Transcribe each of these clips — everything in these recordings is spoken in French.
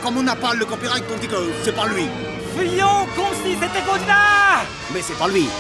comme on n'a pas le copyright, on dit que c'est pas lui. Fuyons comme si c'était Godzilla. Mais c'est pas lui.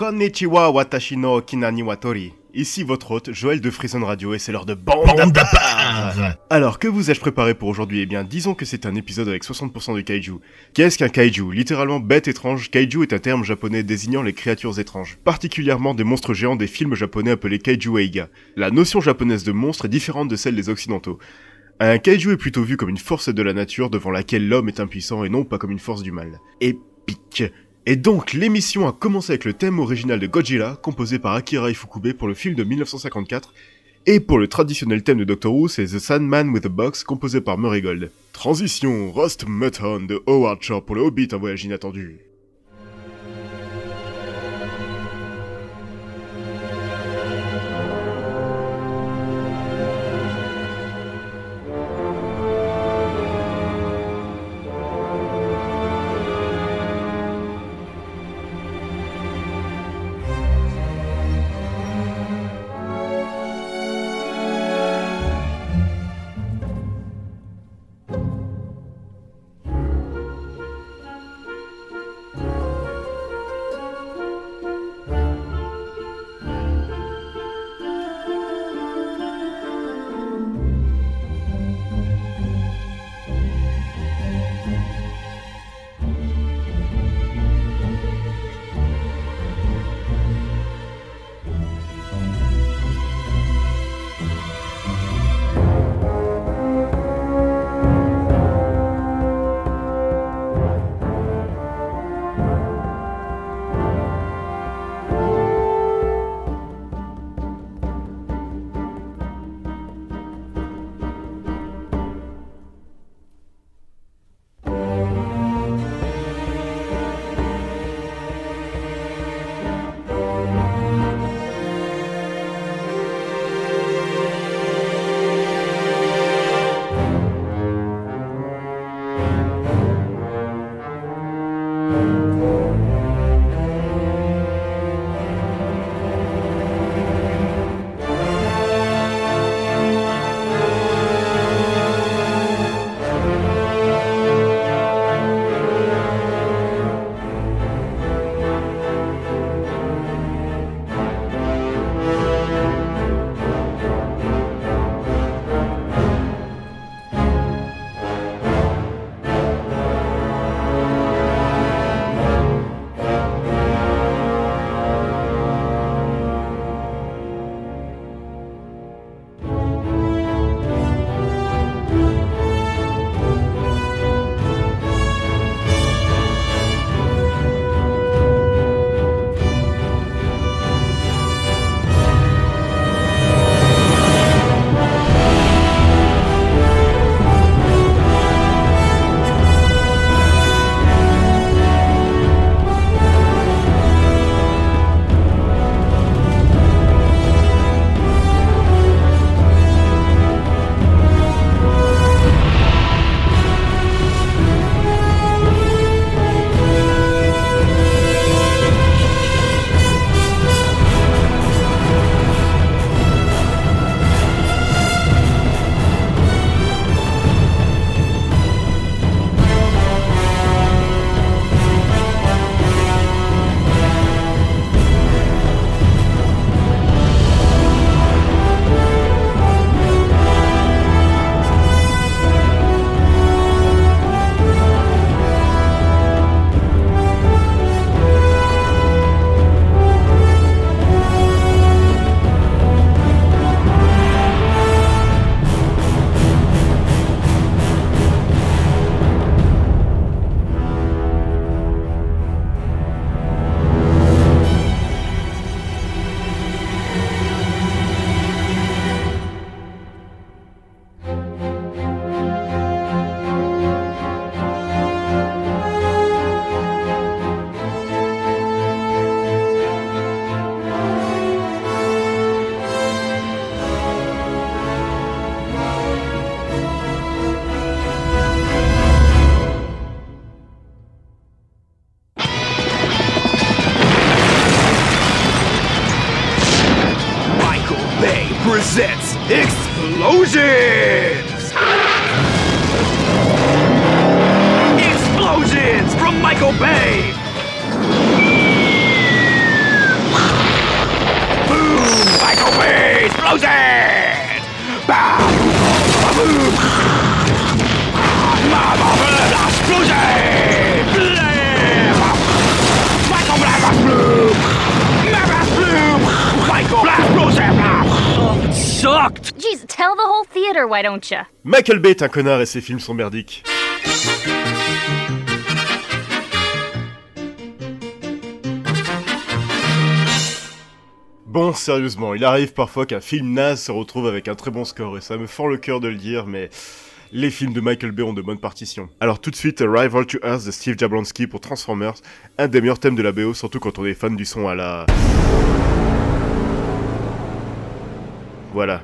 Konnichiwa watashi no kinani wa tori. Ici votre hôte, Joël de Frison Radio, et c'est l'heure de Bande à part. Alors, que vous ai-je préparé pour aujourd'hui ? Eh bien, disons que c'est un épisode avec 60% de kaiju. Qu'est-ce qu'un kaiju ? Littéralement bête étrange, kaiju est un terme japonais désignant les créatures étranges, particulièrement des monstres géants des films japonais appelés kaiju eiga. La notion japonaise de monstre est différente de celle des occidentaux. Un kaiju est plutôt vu comme une force de la nature devant laquelle l'homme est impuissant et non pas comme une force du mal. Épique. Et donc, l'émission a commencé avec le thème original de Godzilla, composé par Akira Ifukube pour le film de 1954, et pour le traditionnel thème de Doctor Who, c'est The Sandman with a Box, composé par Murray Gold. Transition, Rust Mutton de Howard Shore pour le Hobbit, un voyage inattendu. Tell the whole theater, why don't ya? Michael Bay est un connard et ses films sont merdiques. Bon, sérieusement, il arrive parfois qu'un film naze se retrouve avec un très bon score, et ça me fend le cœur de le dire, mais les films de Michael Bay ont de bonnes partitions. Alors tout de suite, Arrival to Earth de Steve Jablonsky pour Transformers, un des meilleurs thèmes de la BO, surtout quand on est fan du son à la... Voilà.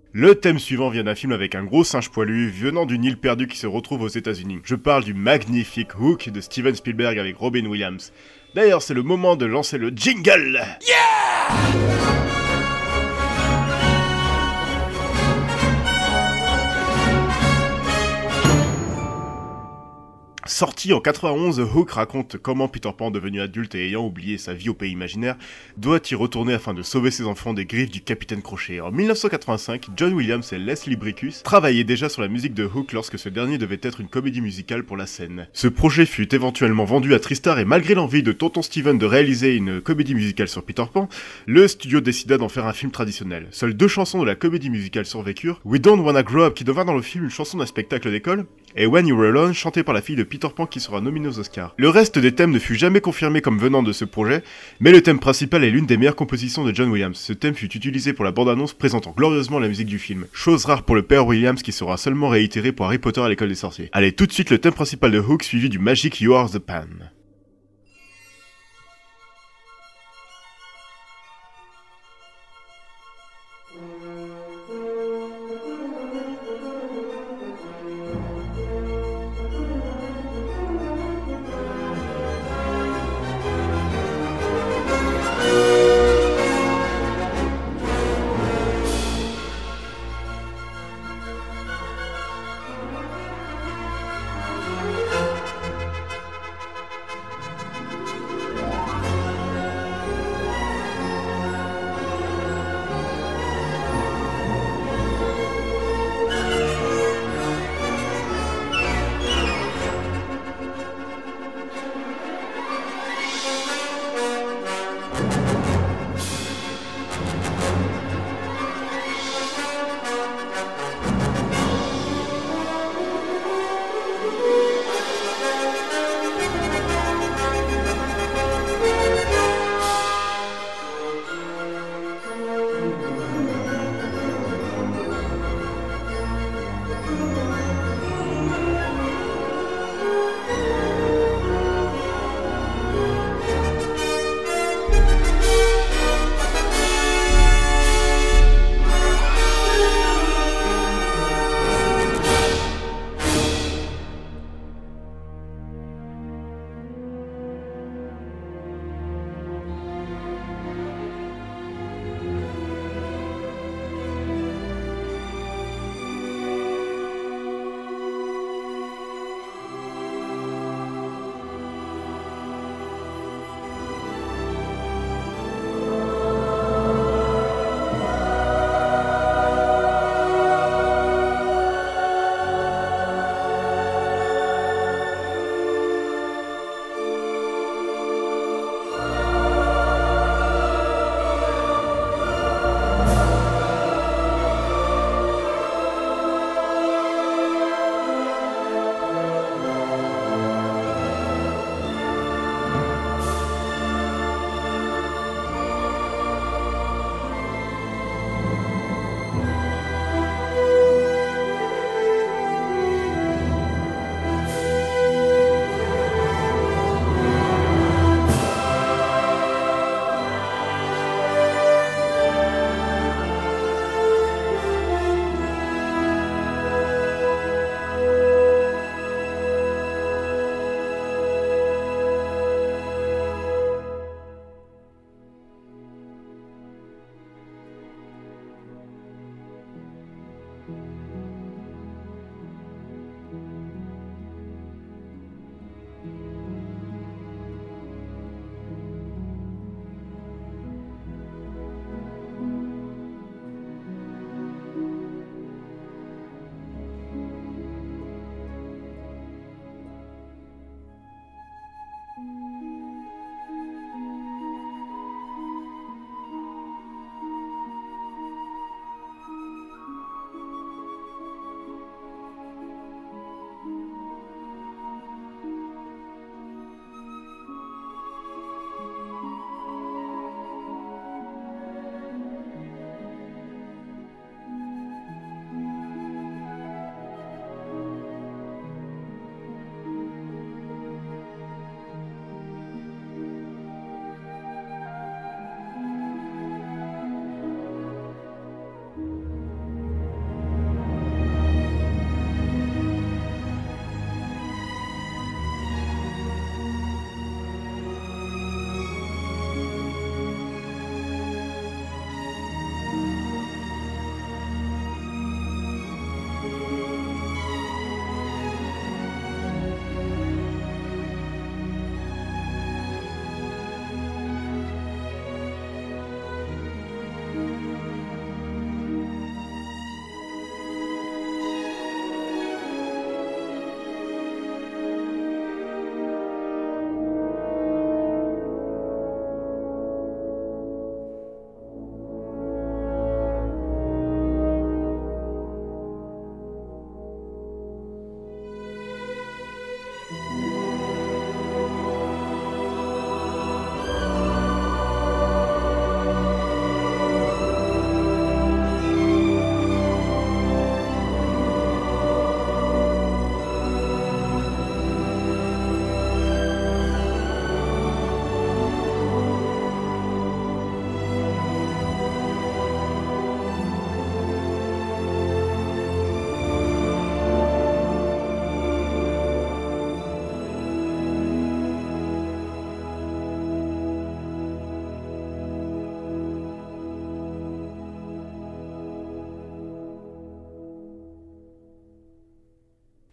Le thème suivant vient d'un film avec un gros singe poilu venant d'une île perdue qui se retrouve aux États-Unis. Je parle du magnifique Hook de Steven Spielberg avec Robin Williams. D'ailleurs, c'est le moment de lancer le jingle. Sorti en 91, Hook raconte comment Peter Pan, devenu adulte et ayant oublié sa vie au pays imaginaire, doit y retourner afin de sauver ses enfants des griffes du Capitaine Crochet. En 1985, John Williams et Leslie Bricusse travaillaient déjà sur la musique de Hook lorsque ce dernier devait être une comédie musicale pour la scène. Ce projet fut éventuellement vendu à Tristar et malgré l'envie de Tonton Steven de réaliser une comédie musicale sur Peter Pan, le studio décida d'en faire un film traditionnel. Seules 2 chansons de la comédie musicale survécurent, We Don't Wanna Grow Up qui devint dans le film une chanson d'un spectacle d'école, et When You Were Alone chantée par la fille de Peter Pan qui sera nominée aux Oscars. Le reste des thèmes ne fut jamais confirmé comme venant de ce projet, mais le thème principal est l'une des meilleures compositions de John Williams. Ce thème fut utilisé pour la bande-annonce présentant glorieusement la musique du film. Chose rare pour le père Williams qui sera seulement réitéré pour Harry Potter à l'école des sorciers. Allez, tout de suite le thème principal de Hook suivi du Magic You Are the Pan.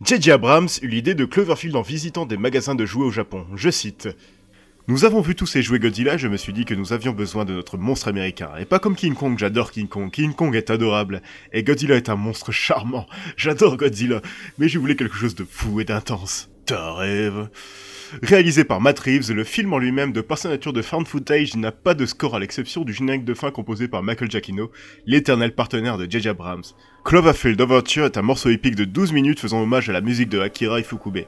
J.J. Abrams eut l'idée de Cloverfield en visitant des magasins de jouets au Japon. Je cite. Nous avons vu tous ces jouets Godzilla, je me suis dit que nous avions besoin de notre monstre américain. Et pas comme King Kong, j'adore King Kong. King Kong est adorable. Et Godzilla est un monstre charmant. J'adore Godzilla. Mais je voulais quelque chose de fou et d'intense. T'as rêve. Réalisé par Matt Reeves, le film en lui-même de par sa nature de found footage n'a pas de score à l'exception du générique de fin composé par Michael Giacchino, l'éternel partenaire de J.J. Abrams. Cloverfield Overture est un morceau épique de 12 minutes faisant hommage à la musique de Akira Ifukube.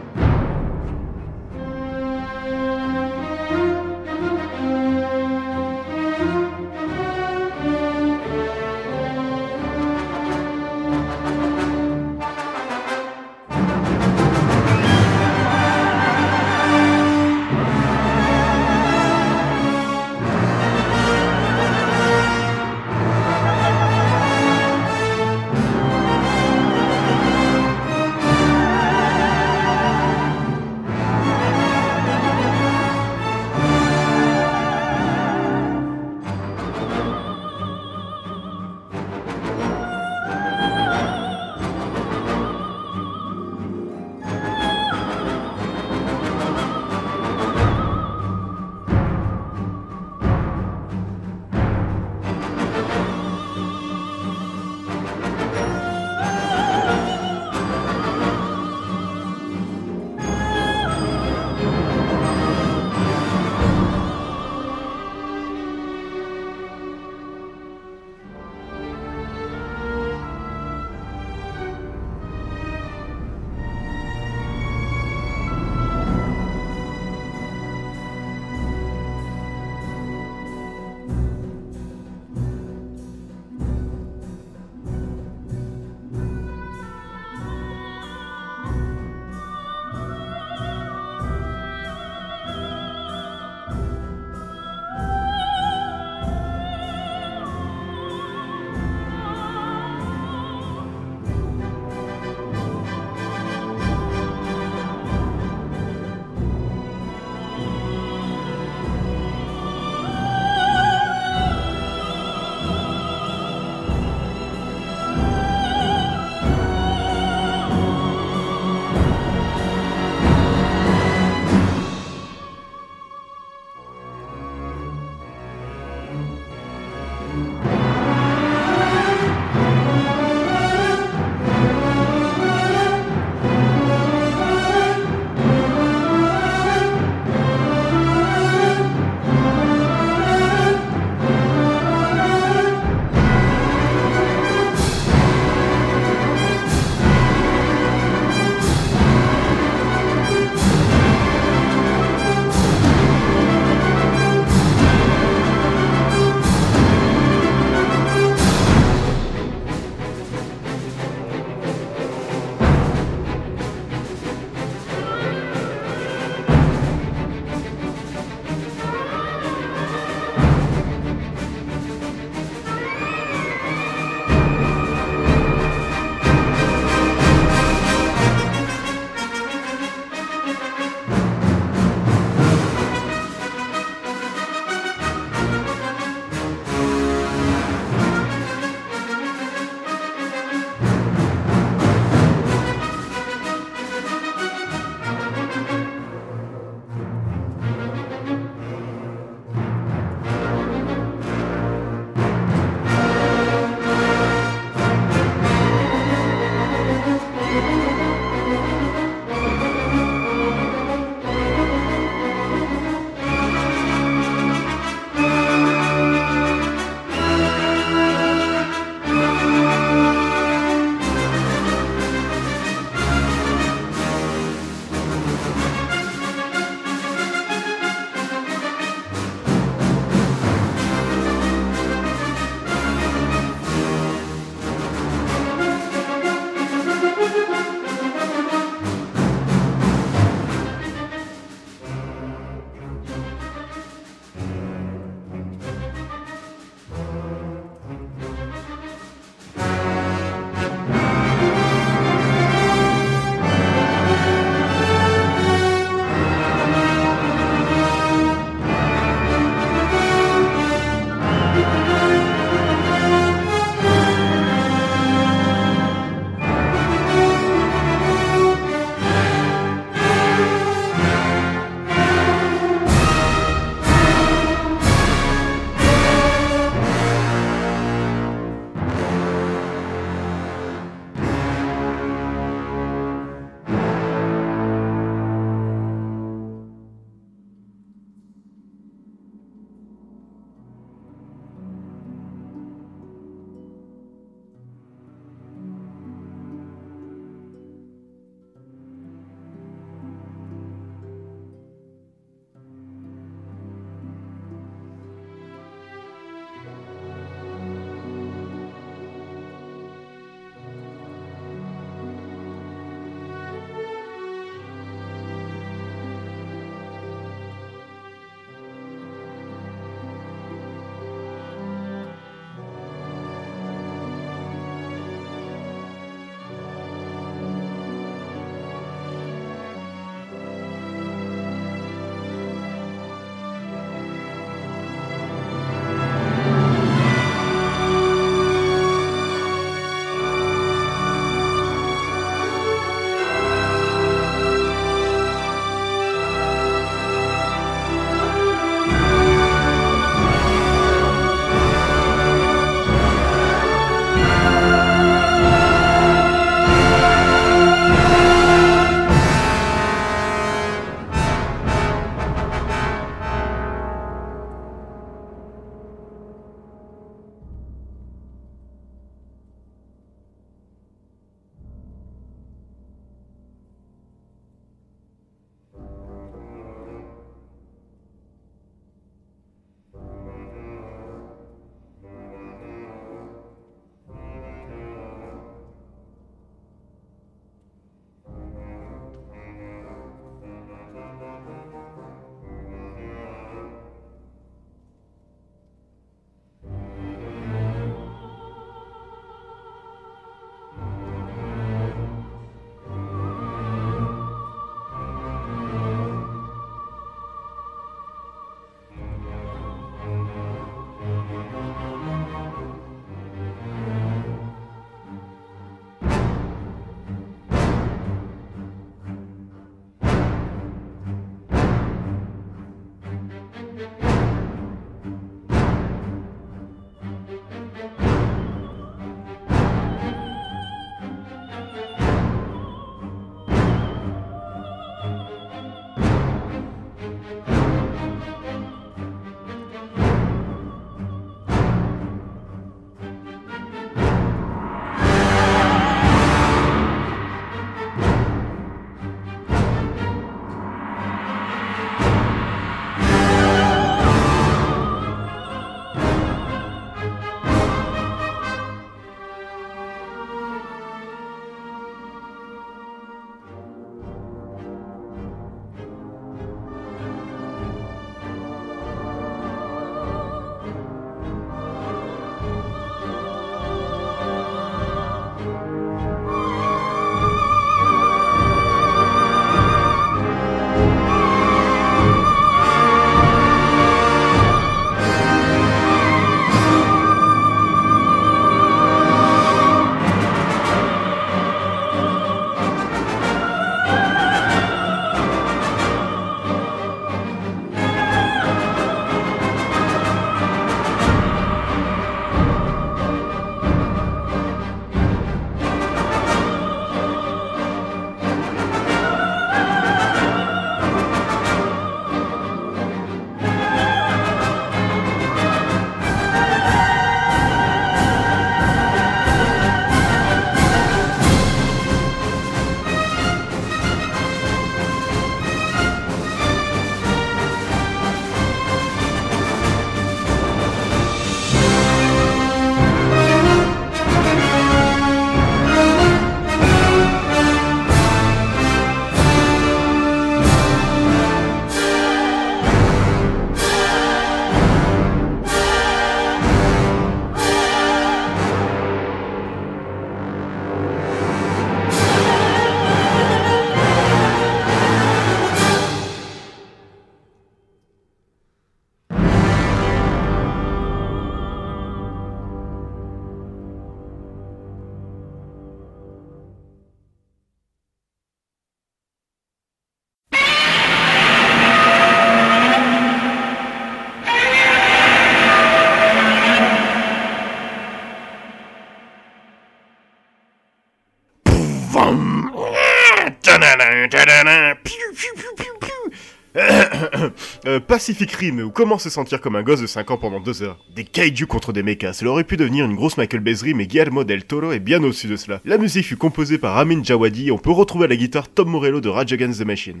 Pacific Rim, ou comment se sentir comme un gosse de 5 ans pendant 2 heures. Des kaiju contre des mechas, cela aurait pu devenir une grosse Michael Bay-erie, mais Guillermo del Toro est bien au-dessus de cela. La musique fut composée par Ramin Djawadi et on peut retrouver à la guitare Tom Morello de Rage Against the Machine.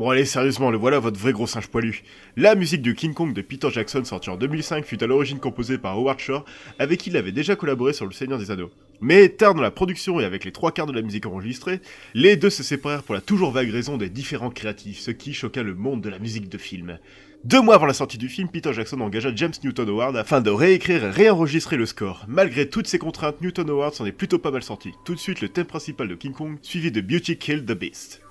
Bon allez, sérieusement, le voilà votre vrai gros singe poilu. La musique de King Kong de Peter Jackson, sortie en 2005, fut à l'origine composée par Howard Shore, avec qui il avait déjà collaboré sur Le Seigneur des Anneaux. Mais tard dans la production et avec les 3/4 de la musique enregistrée, les deux se séparèrent pour la toujours vague raison des différents créatifs, ce qui choqua le monde de la musique de film. 2 mois avant la sortie du film, Peter Jackson engagea James Newton Howard afin de réécrire et réenregistrer le score. Malgré toutes ces contraintes, Newton Howard s'en est plutôt pas mal sorti. Tout de suite le thème principal de King Kong, suivi de Beauty Killed the Beast.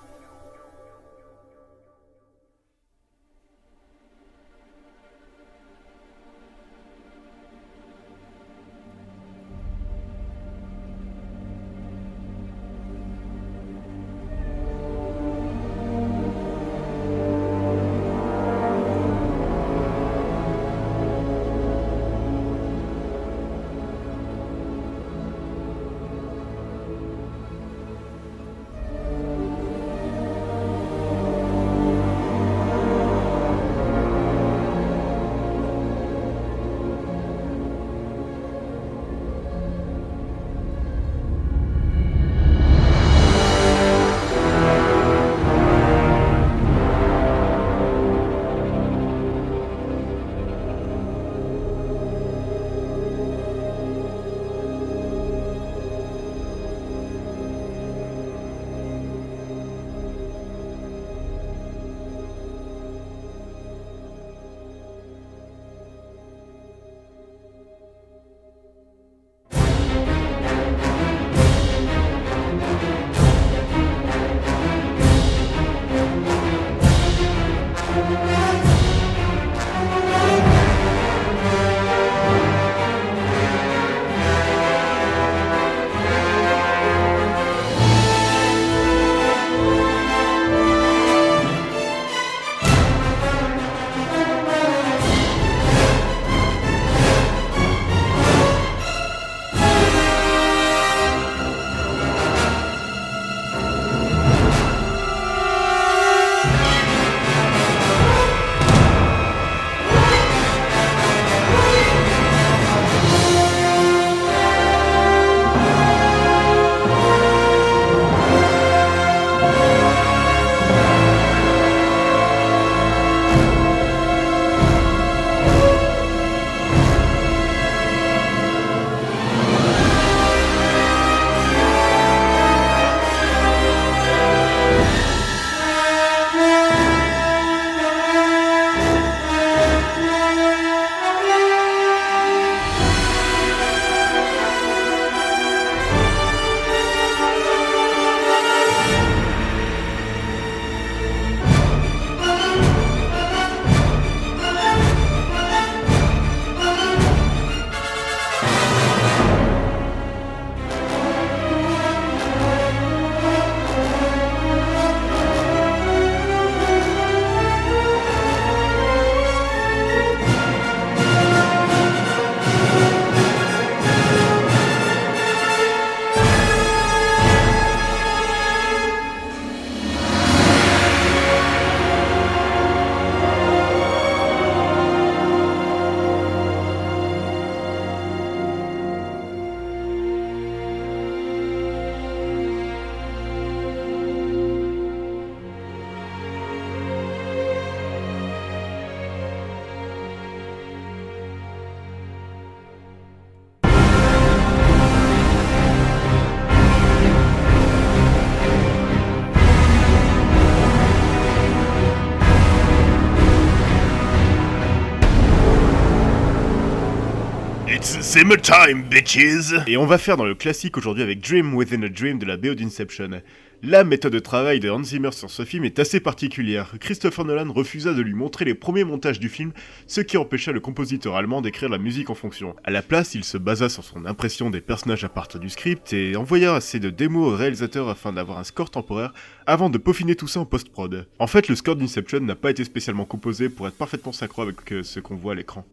Summertime, bitches! Et on va faire dans le classique aujourd'hui avec Dream Within a Dream de la BO d'Inception. La méthode de travail de Hans Zimmer sur ce film est assez particulière. Christopher Nolan refusa de lui montrer les premiers montages du film, ce qui empêcha le compositeur allemand d'écrire la musique en fonction. À la place, il se basa sur son impression des personnages à partir du script et envoya assez de démos au réalisateur afin d'avoir un score temporaire avant de peaufiner tout ça en post-prod. En fait, le score d'Inception n'a pas été spécialement composé pour être parfaitement synchro avec ce qu'on voit à l'écran.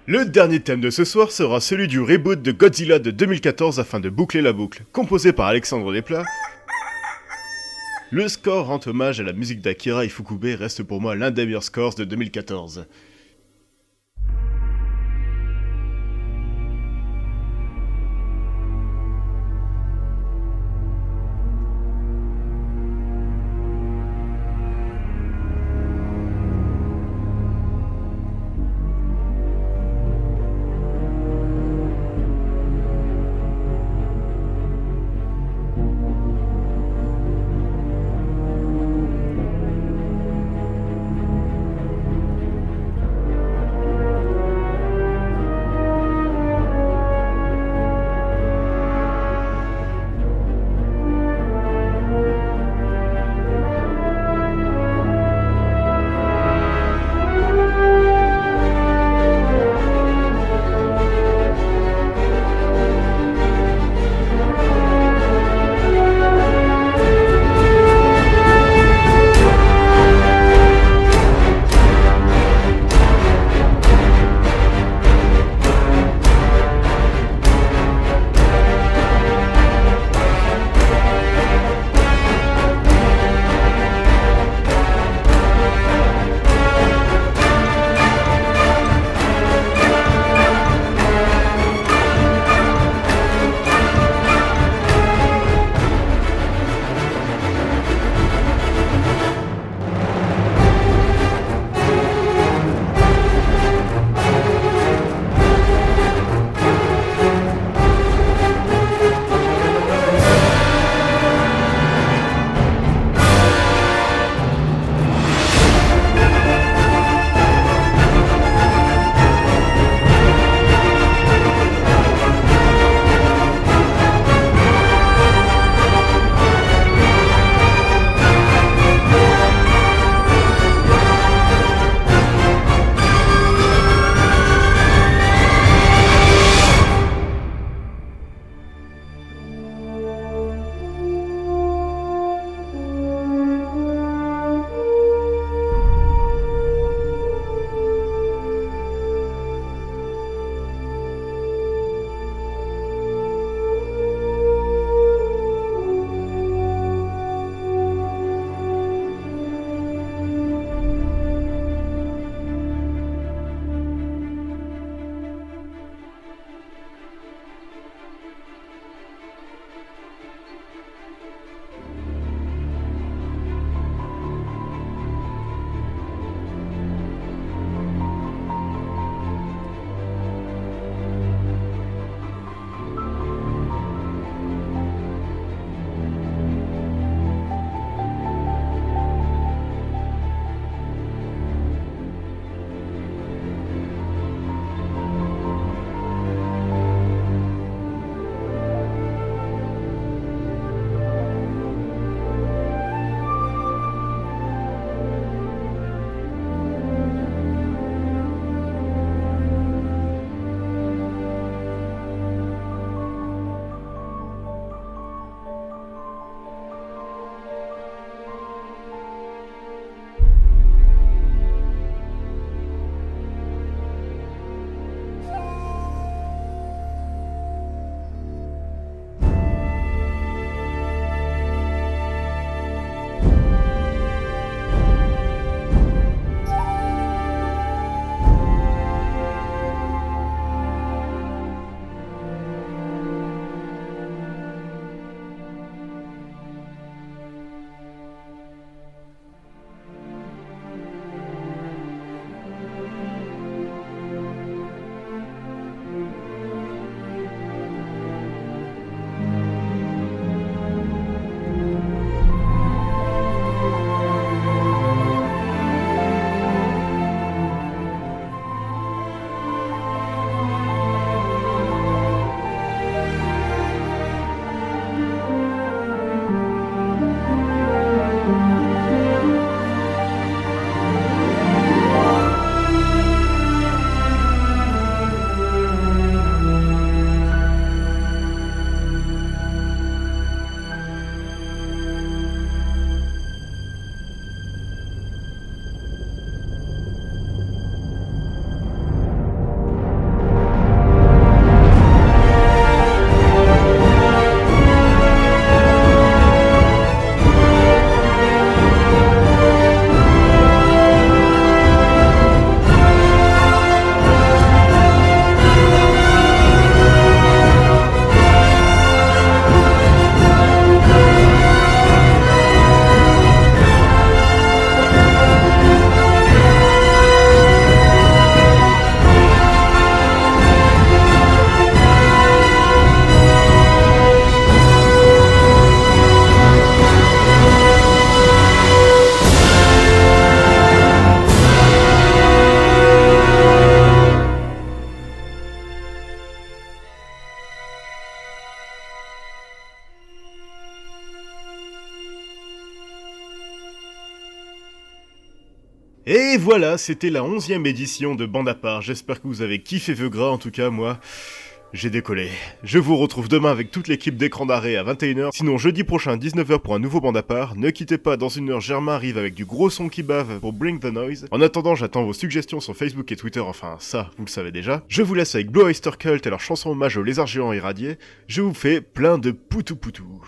Le dernier thème de ce soir sera celui du reboot de Godzilla de 2014 afin de boucler la boucle, composé par Alexandre Desplat. Le score rend hommage à la musique d'Akira Ifukube et reste pour moi l'un des meilleurs scores de 2014. Et voilà, c'était la 11e édition de Bande à part. J'espère que vous avez kiffé vos gras, en tout cas moi... J'ai décollé. Je vous retrouve demain avec toute l'équipe d'Écran d'Arrêt à 21h. Sinon, jeudi prochain, 19h pour un nouveau Bande à part. Ne quittez pas, dans une heure, Germain arrive avec du gros son qui bave pour Bring the Noise. En attendant, j'attends vos suggestions sur Facebook et Twitter, enfin ça, vous le savez déjà. Je vous laisse avec Blue Oyster Cult et leur chanson hommage aux lézards géants irradiés. Je vous fais plein de poutou poutou.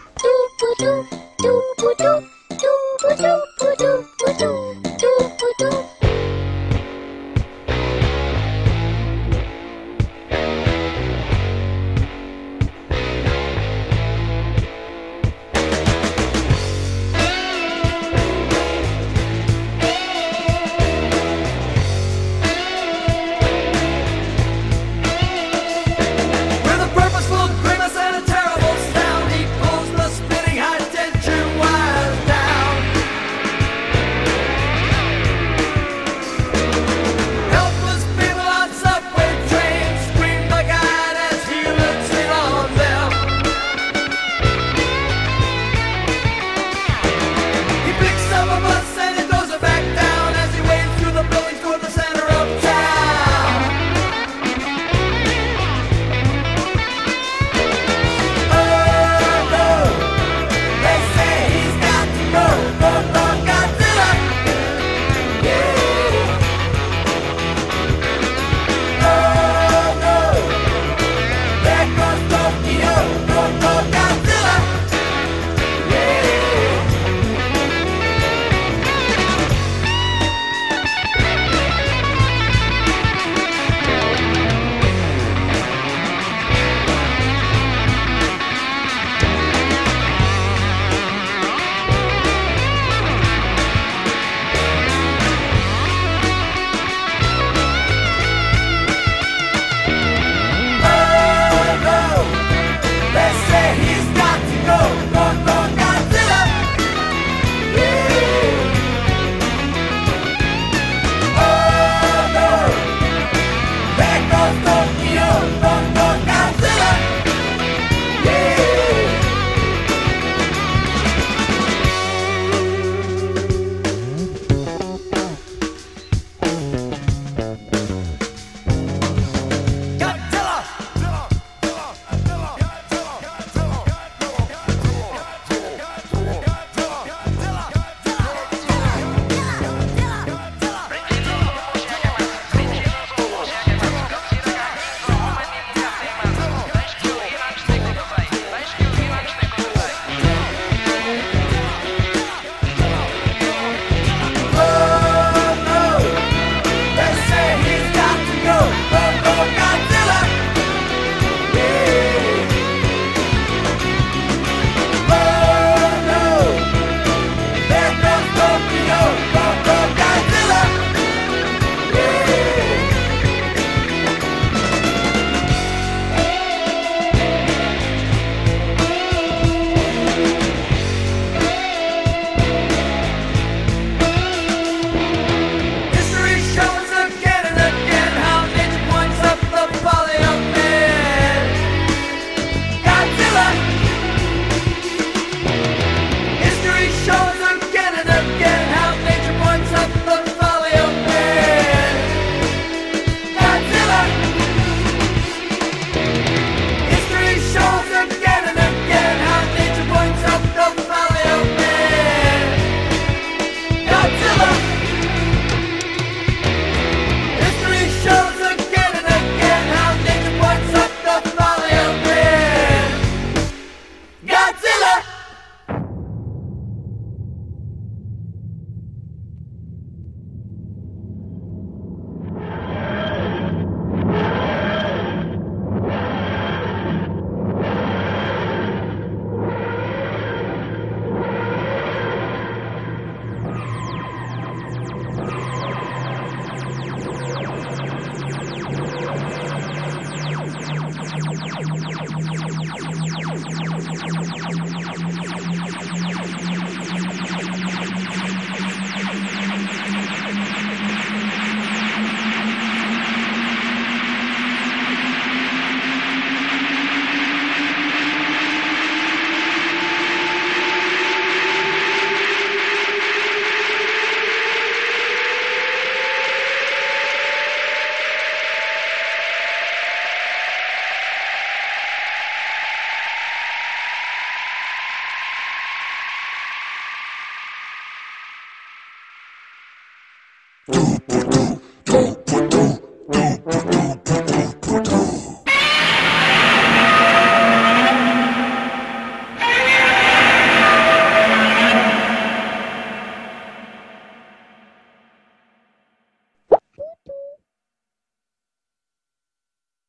Tout pour tout.